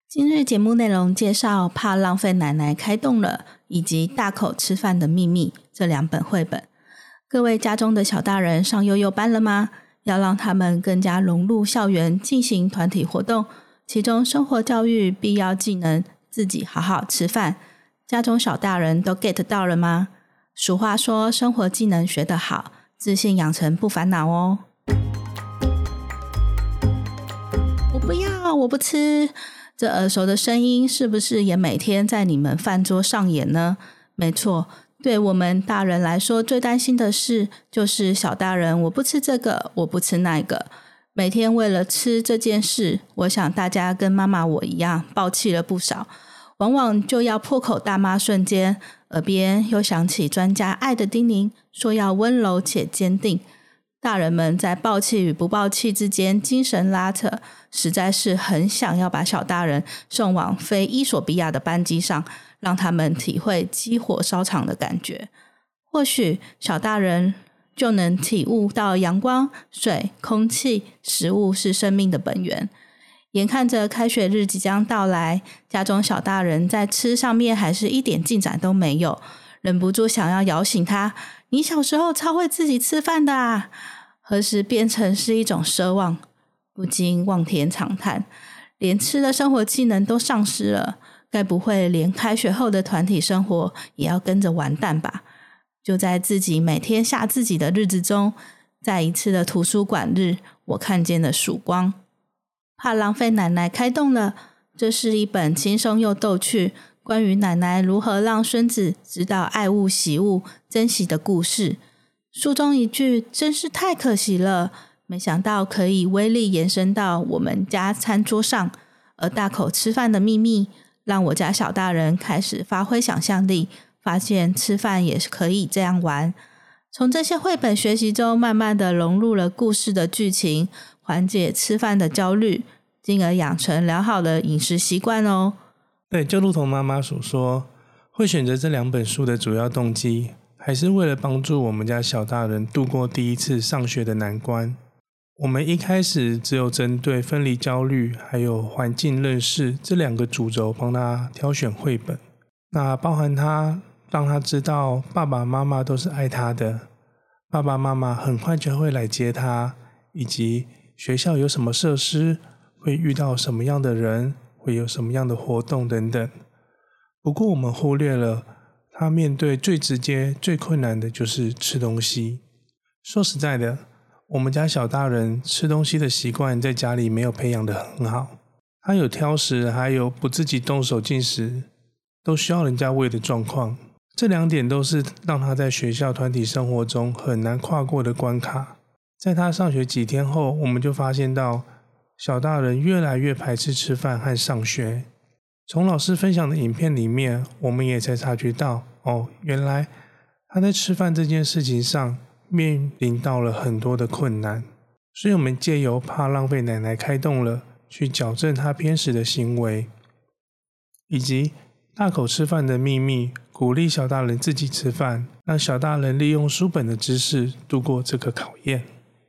今日节目内容介绍怕浪费奶奶开动了以及大口吃饭的秘密这2本绘本。各位家中的小大人上幼幼班了吗？要让他们更加融入校园进行团体活动，其中生活教育必要技能自己好好吃饭，家中小大人都 get 到了吗？俗话说生活技能学得好，自信养成不烦恼哦。我不要，我不吃，这耳熟的声音是不是也每天在你们饭桌上演呢？没错，对我们大人来说最担心的事就是小大人我不吃这个，我不吃那个。每天为了吃这件事，我想大家跟妈妈我一样爆气了不少，往往就要破口大骂瞬间，耳边又响起专家爱的叮咛，说要温柔且坚定。大人们在爆气与不爆气之间精神拉扯，实在是很想要把小大人送往非伊索比亚的班机上，让他们体会激火烧场的感觉。或许小大人就能体悟到阳光、水、空气、食物是生命的本源。眼看着开学日即将到来，家中小大人在吃上面还是一点进展都没有，忍不住想要摇醒他，你小时候超会自己吃饭的啊，何时变成是一种奢望？不禁望天长叹，连吃的生活技能都丧失了，该不会连开学后的团体生活也要跟着完蛋吧？就在自己每天吓自己的日子中，在一次的图书馆日，我看见了曙光。怕浪费奶奶开动了，这是一本轻松又逗趣，关于奶奶如何让孙子知道爱物惜物珍惜的故事。书中一句真是太可惜了，没想到可以威力延伸到我们家餐桌上，而大口吃饭的秘密让我家小大人开始发挥想象力，发现吃饭也是可以这样玩。从这些绘本学习中慢慢的融入了故事的剧情，缓解吃饭的焦虑，进而养成良好的饮食习惯哦。 对，就如同妈妈所说，会选择这2本书的主要动机还是为了帮助我们家小大人度过第一次上学的难关。我们一开始只有针对分离焦虑还有环境认识这2个主轴帮他挑选绘本，那包含他让他知道爸爸妈妈都是爱他的，爸爸妈妈很快就会来接他，以及学校有什么设施，会遇到什么样的人，会有什么样的活动等等。不过我们忽略了他面对最直接最困难的就是吃东西。说实在的，我们家小大人吃东西的习惯在家里没有培养得很好，他有挑食还有不自己动手进食都需要人家喂的状况，这2点都是让他在学校团体生活中很难跨过的关卡。在他上学几天后，我们就发现到小大人越来越排斥吃饭和上学。从老师分享的影片里面，我们也才察觉到，原来他在吃饭这件事情上面临到了很多的困难。所以我们借由怕浪费奶奶开动了，去矫正他偏食的行为，以及大口吃饭的秘密，鼓励小大人自己吃饭，让小大人利用书本的知识度过这个考验。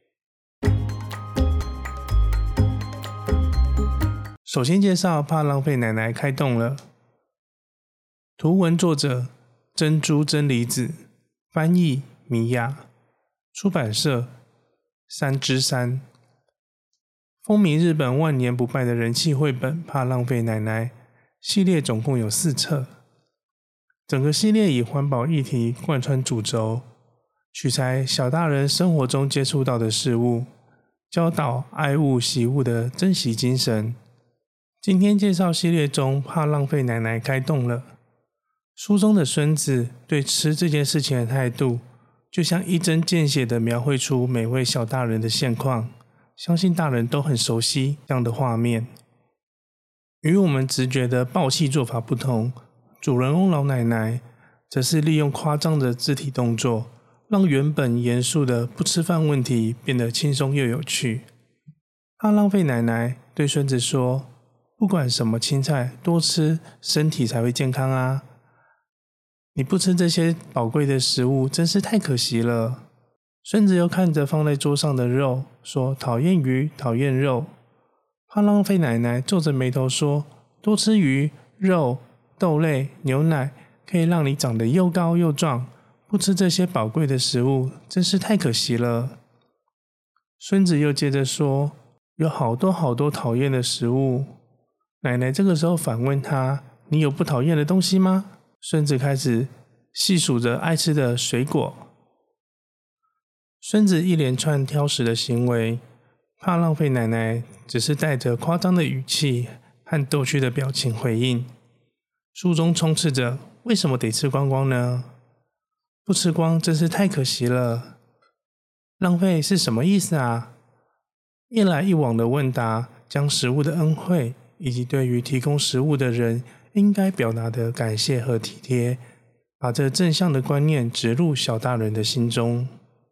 首先介绍怕浪费奶奶开动了。图文作者珍珠真理子，翻译米娅，出版社3之3。风靡日本万年不败的人气绘本怕浪费奶奶系列总共有4册，整个系列以环保议题贯穿主轴，取材小大人生活中接触到的事物，教导爱物惜物的珍惜精神。今天介绍系列中怕浪费奶奶开动了。书中的孙子对吃这件事情的态度，就像一针见血地描绘出每位小大人的现况，相信大人都很熟悉这样的画面。与我们直觉的爆气做法不同，主人翁老奶奶则是利用夸张的肢体动作，让原本严肃的不吃饭问题变得轻松又有趣。怕浪费奶奶对孙子说，不管什么青菜多吃身体才会健康啊，你不吃这些宝贵的食物真是太可惜了。孙子又看着放在桌上的肉说，讨厌鱼讨厌肉。怕浪费奶奶皱着眉头说， 多吃鱼、肉、豆类、牛奶，可以让你长得又高又壮，不吃这些宝贵的食物，真是太可惜了。孙子又接着说，有好多讨厌的食物。奶奶这个时候反问他，你有不讨厌的东西吗？孙子开始细数着爱吃的水果。孙子一连串挑食的行为，怕浪费奶奶只是带着夸张的语气和逗趣的表情回应。书中充斥着为什么得吃光光呢？不吃光真是太可惜了。浪费是什么意思啊？一来一往的问答，将食物的恩惠以及对于提供食物的人应该表达的感谢和体贴，把这正向的观念植入小大人的心中。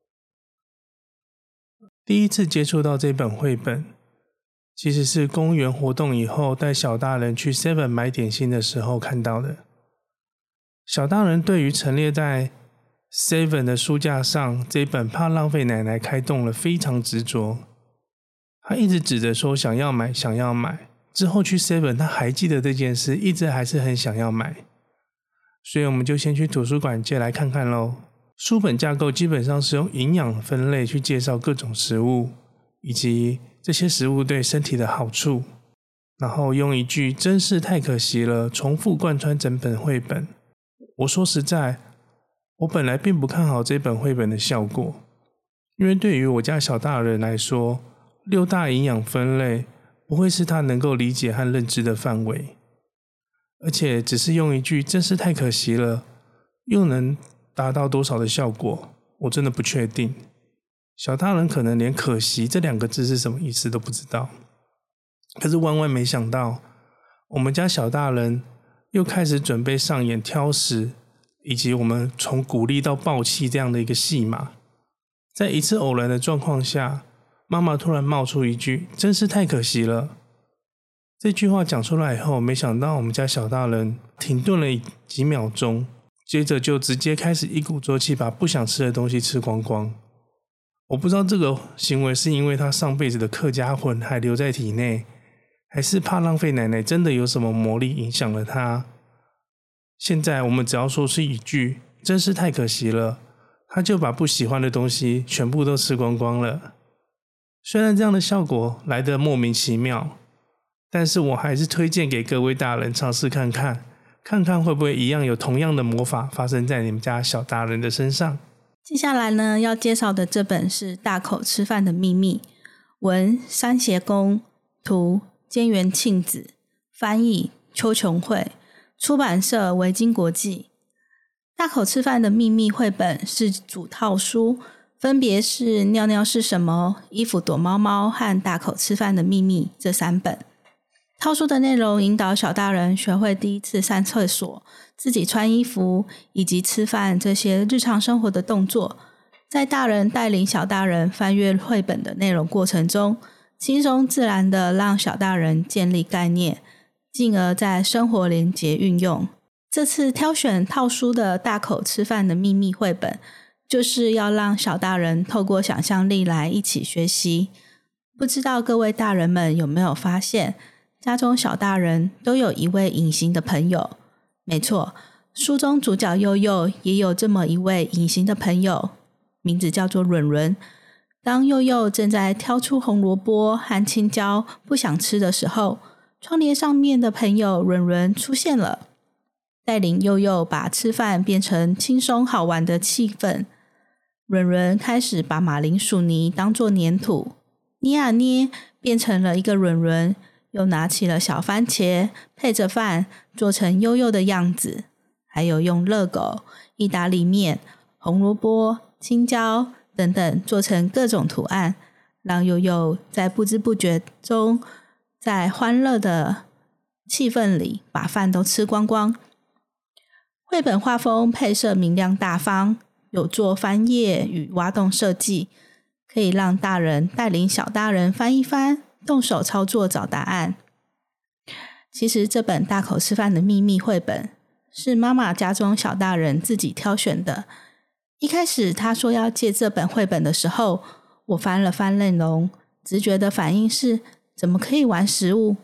第一次接触到这本绘本，其实是公园活动以后带小大人去 Seven 买点心的时候看到的。小大人对于陈列在 Seven 的书架上这本怕浪费奶奶开动了非常执着，他一直指着说想要买，之后去 Seven 他还记得这件事，一直还是很想要买。所以我们就先去图书馆借来看看咯。书本架构基本上是用营养分类去介绍各种食物，以及这些食物对身体的好处，然后用一句真是太可惜了重复贯穿整本绘本。我说实在，我本来并不看好这本绘本的效果，因为对于我家小大人来说，6大营养分类不会是他能够理解和认知的范围，而且只是用一句真是太可惜了，又能达到多少的效果，我真的不确定。小大人可能连可惜这2个字是什么意思都不知道。可是万万没想到，我们家小大人又开始准备上演挑食，以及我们从鼓励到爆气这样的一个戏码。在一次偶然的状况下，妈妈突然冒出一句真是太可惜了。这句话讲出来以后，没想到我们家小大人停顿了几秒钟，接着就直接开始一鼓作气把不想吃的东西吃光光。我不知道这个行为是因为他上辈子的客家魂还留在体内，还是怕浪费奶奶真的有什么魔力影响了他。现在我们只要说出一句真是太可惜了，他就把不喜欢的东西全部都吃光光了。虽然这样的效果来得莫名其妙，但是我还是推荐给各位大人尝试看看，看看会不会一样有同样的魔法发生在你们家小大人的身上。 接下来呢，要介绍的这本是《大口吃饭的秘密》，文山胁公，图菅原庆子，翻译邱琼慧，出版社维京国际。大口吃饭的秘密绘本是主套书，分别是尿尿是什么、衣服躲猫猫和大口吃饭的秘密这3本。套书的内容引导小大人学会第一次上厕所、自己穿衣服以及吃饭这些日常生活的动作，在大人带领小大人翻阅绘本的内容过程中，轻松自然的让小大人建立概念，进而在生活连结运用。这次挑选套书的大口吃饭的秘密绘本，就是要让小大人透过想象力来一起学习。不知道各位大人们有没有发现，家中小大人都有一位隐形的朋友。没错，书中主角佑佑也有这么一位隐形的朋友，名字叫做润润。当佑佑正在挑出红萝卜和青椒不想吃的时候，窗帘上面的朋友润润出现了，带领佑佑把吃饭变成轻松好玩的气氛。润润开始把马铃薯泥当作粘土，捏啊捏变成了一个润润，又拿起了小番茄配着饭做成悠悠的样子，还有用热狗、意大利面、红萝卜、青椒等等做成各种图案，让悠悠在不知不觉中在欢乐的气氛里把饭都吃光光。绘本画风配色明亮大方，有做翻页与挖洞设计，可以让大人带领小大人翻一翻，动手操作找答案。其实这本大口吃饭的秘密绘本是妈妈家中小大人自己挑选的。一开始他说要借这本绘本的时候，我翻了翻内容，直觉的反应是怎么可以玩食物？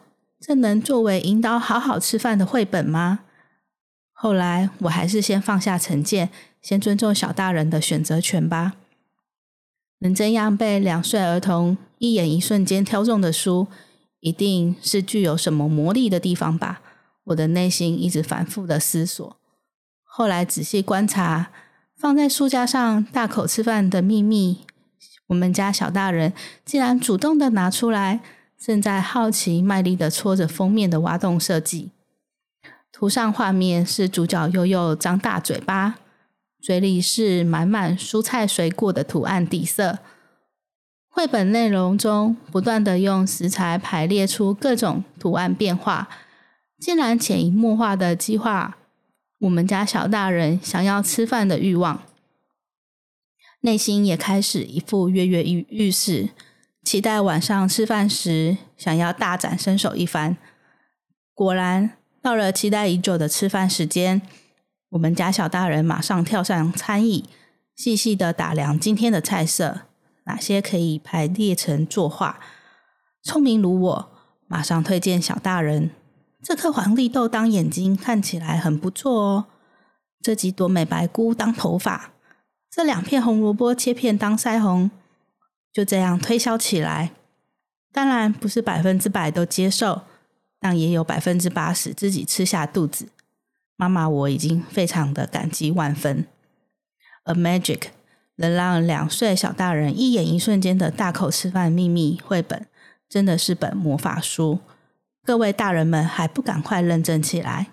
这能作为引导好好吃饭的绘本吗？后来我还是先放下成见，先尊重小大人的选择权吧。能这样被2岁儿童一眼一瞬间挑中的书，一定是具有什么魔力的地方吧？我的内心一直反复的思索。后来仔细观察，放在书架上大口吃饭的秘密，我们家小大人竟然主动的拿出来，正在好奇卖力的戳着封面的挖洞设计。图上画面是主角悠悠张大嘴巴，嘴里是满满蔬菜水果的图案底色。绘本内容中不断的用食材排列出各种图案变化，竟然潜移默化的激化我们家小大人想要吃饭的欲望。内心也开始一副跃跃欲试，期待晚上吃饭时想要大展身手一番。果然到了期待已久的吃饭时间，我们家小大人马上跳上餐椅，细细的打量今天的菜色，哪些可以排列成作画。聪明如我，马上推荐小大人，这颗黄绿豆当眼睛看起来很不错哦，这几朵美白菇当头发，这2片红萝卜切片当腮红，就这样推销起来。当然不是100%都接受，但也有80%自己吃下肚子。妈妈我已经非常的感激万分。A Magic 能让2岁小大人一眼一瞬间的大口吃饭秘密绘本，真的是本魔法书。各位大人们还不赶快认真起来？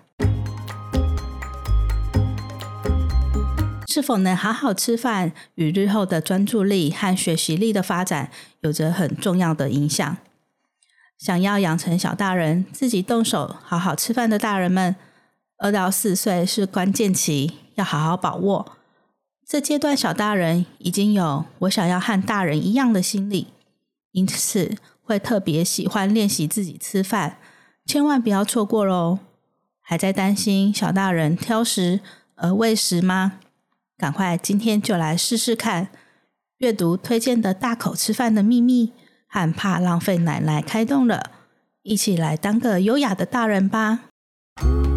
是否能好好吃饭，与日后的专注力和学习力的发展有着很重要的影响。想要养成小大人自己动手好好吃饭的大人们，2到4岁是关键期，要好好把握。这阶段小大人已经有我想要和大人一样的心理，因此会特别喜欢练习自己吃饭，千万不要错过咯。还在担心小大人挑食而喂食吗？赶快今天就来试试看，阅读推荐的大口吃饭的秘密和怕浪费奶奶开动了，一起来当个优雅的大人吧。